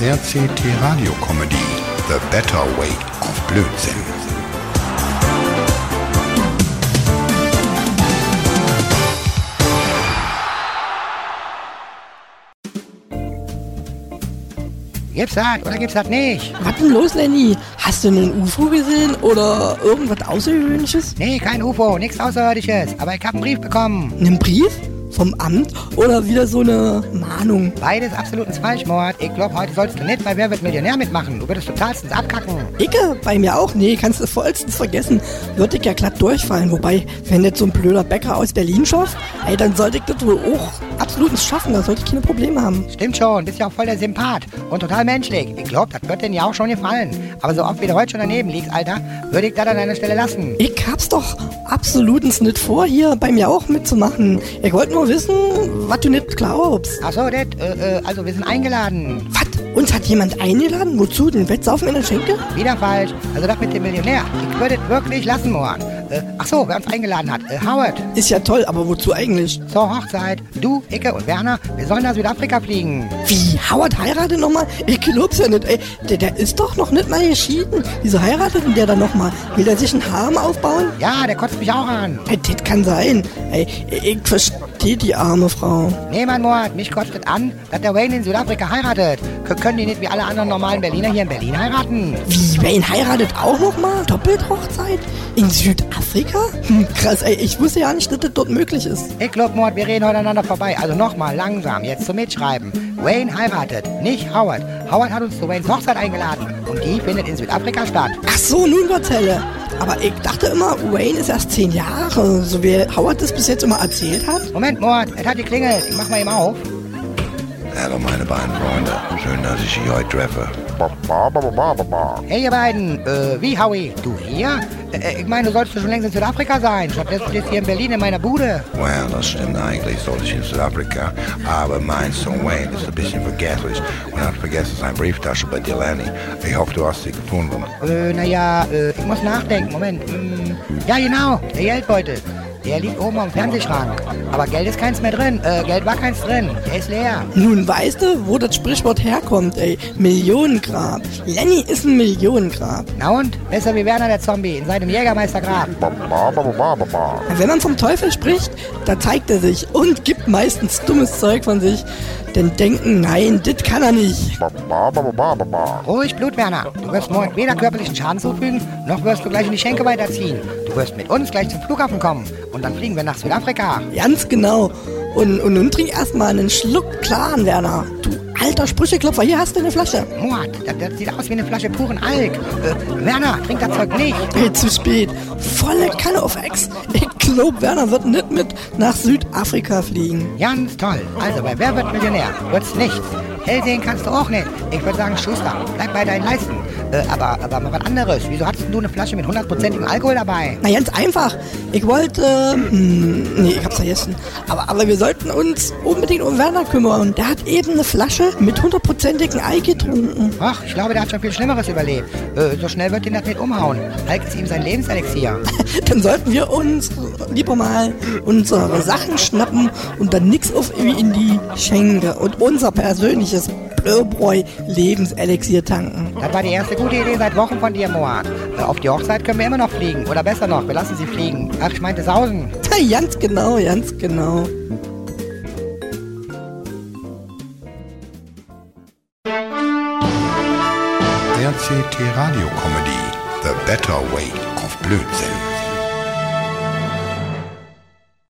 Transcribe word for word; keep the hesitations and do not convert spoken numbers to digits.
R C T Radio Comedy, The Better Way of Blödsinn. Gibt's das oder gibt's das nicht? Was denn los, Lenny? Hast du einen U F O gesehen oder irgendwas Außergewöhnliches? Nee, kein U F O, nichts Außerirdisches. Aber ich hab einen Brief bekommen. Einen Brief? Vom Amt oder wieder so eine Mahnung? Beides absolut falsch, Mord. Ich glaub, heute sollst du nicht bei Wer wird Millionär mitmachen. Du würdest totalstens abkacken. Icke, bei mir auch. Nee, kannst du vollstens vergessen. Würde ich ja glatt durchfallen. Wobei, wenn jetzt so ein blöder Bäcker aus Berlin schafft, ey, dann sollte ich das wohl auch absolut schaffen. Da sollte ich keine Probleme haben. Stimmt schon, bist ja auch voll der Sympath und total menschlich. Ich glaub, das wird dir ja auch schon gefallen. Aber so oft wie du heute schon daneben liegst, Alter, würde ich das an deiner Stelle lassen. Ich hab's doch absolutens nicht vor, hier bei mir auch mitzumachen. Ich wollte nur wissen, was du nicht glaubst. Ach so, das, äh, äh, also wir sind eingeladen. Was? Uns hat jemand eingeladen? Wozu? Den Wettsaufen in der Schenke? Wieder falsch. Also das mit dem Millionär. Ich würde es wirklich lassen, Mord. Äh, ach so, wer uns eingeladen hat. Äh, Howard. Ist ja toll, aber wozu eigentlich? Zur Hochzeit. Du, Icke und Werner, wir sollen nach Südafrika fliegen. Wie? Howard heiratet nochmal? Ich glaub's ja nicht, ey. Der, der ist doch noch nicht mal geschieden. Wieso heiratet denn der dann nochmal? Will der sich einen Harem aufbauen? Ja, der kotzt mich auch an. Ey, das kann sein. Ey, ich verstehe die arme Frau. Nee, Mann, Mord, mich kotzt es an, dass der Wayne in Südafrika heiratet. K- können die nicht wie alle anderen normalen Berliner hier in Berlin heiraten? Wie? Wayne heiratet auch nochmal? Doppelhochzeit? In Südafrika? Hm, krass, ey, ich wusste ja nicht, dass das dort möglich ist. Ich glaub, Mord, wir reden heute aneinander vorbei. Also nochmal, langsam, jetzt zum Mitschreiben. Wayne heiratet, nicht Howard. Howard hat uns zu Waynes Hochzeit eingeladen. Und die findet in Südafrika statt. Ach so, nun Gottelle. Aber ich dachte immer, Wayne ist erst zehn Jahre, so wie Howard das bis jetzt immer erzählt hat. Moment, Mord, es hat geklingelt. Ich mach mal eben auf. Hallo meine beiden Freunde, schön, dass ich Sie heute treffe. Hey ihr beiden, äh, wie Howie? Du hier? Äh, ich meine, du solltest schon längst in Südafrika sein. Stattdessen bist du hier in Berlin in meiner Bude. Well, das stimmt eigentlich, sollte ich in Südafrika. Aber mein Sohn Wayne ist ein bisschen vergesslich und hat vergessen seine Brieftasche bei dir, Lenny. Ich hoffe, du hast sie gefunden. Äh, naja, äh, ich muss nachdenken. Moment. Hm, ja, genau, der Geldbeutel. Der liegt oben am Fernsehschrank. Aber Geld ist keins mehr drin. Äh, Geld war keins drin. Der ist leer. Nun weißt du, wo das Sprichwort herkommt, ey. Millionengrab. Lenny ist ein Millionengrab. Na und? Besser wie Werner der Zombie in seinem Jägermeistergrab. Wenn man vom Teufel spricht, da zeigt er sich und gibt meistens dummes Zeug von sich. Denn denken, nein, das kann er nicht. Ruhig, Blut, Werner. Du wirst morgen weder körperlichen Schaden zufügen, noch wirst du gleich in die Schenke weiterziehen. Du wirst mit uns gleich zum Flughafen kommen. Und dann fliegen wir nach Südafrika. Ganz genau. Und, und nun trink erstmal einen Schluck Klaren, Werner. Du alter Sprücheklopfer, hier hast du eine Flasche. Mord, das, das sieht aus wie eine Flasche puren Alk. Äh, Werner, trink das Zeug nicht. Hey, zu spät. Volle Kanne auf Ex. Ich glaub, Werner wird nicht mit nach Südafrika fliegen. Ganz toll. Also, bei Wer wird Millionär? Wird's nichts. Hell sehen kannst du auch nicht. Ich würde sagen, Schuster, bleib bei deinen Leisten. Äh, aber, aber mal was anderes. Wieso hattest du eine Flasche mit hundertprozentigem Alkohol dabei? Na, ganz einfach. Ich wollte, ähm, nee, ich hab's vergessen. Aber, aber wir sollten uns unbedingt um Werner kümmern. Der hat eben eine Flasche mit hundertprozentigem Alk getrunken. Ach, ich glaube, der hat schon viel Schlimmeres überlebt. Äh, so schnell wird ihn das nicht umhauen. Alk ist ihm sein Lebenselixier. Dann sollten wir uns lieber mal unsere Sachen schnappen und dann nix auf in die Schenke und unser persönliches Blöbräu Lebenselixier tanken. Das war die erste gute Idee seit Wochen von dir, Moat. Äh, auf die Hochzeit können wir immer noch fliegen. Oder besser noch, wir lassen sie fliegen. Ach, ich meinte sausen. Ja, ganz genau, ganz genau. R C T Radio Comedy, The Better Way of Blödsinn.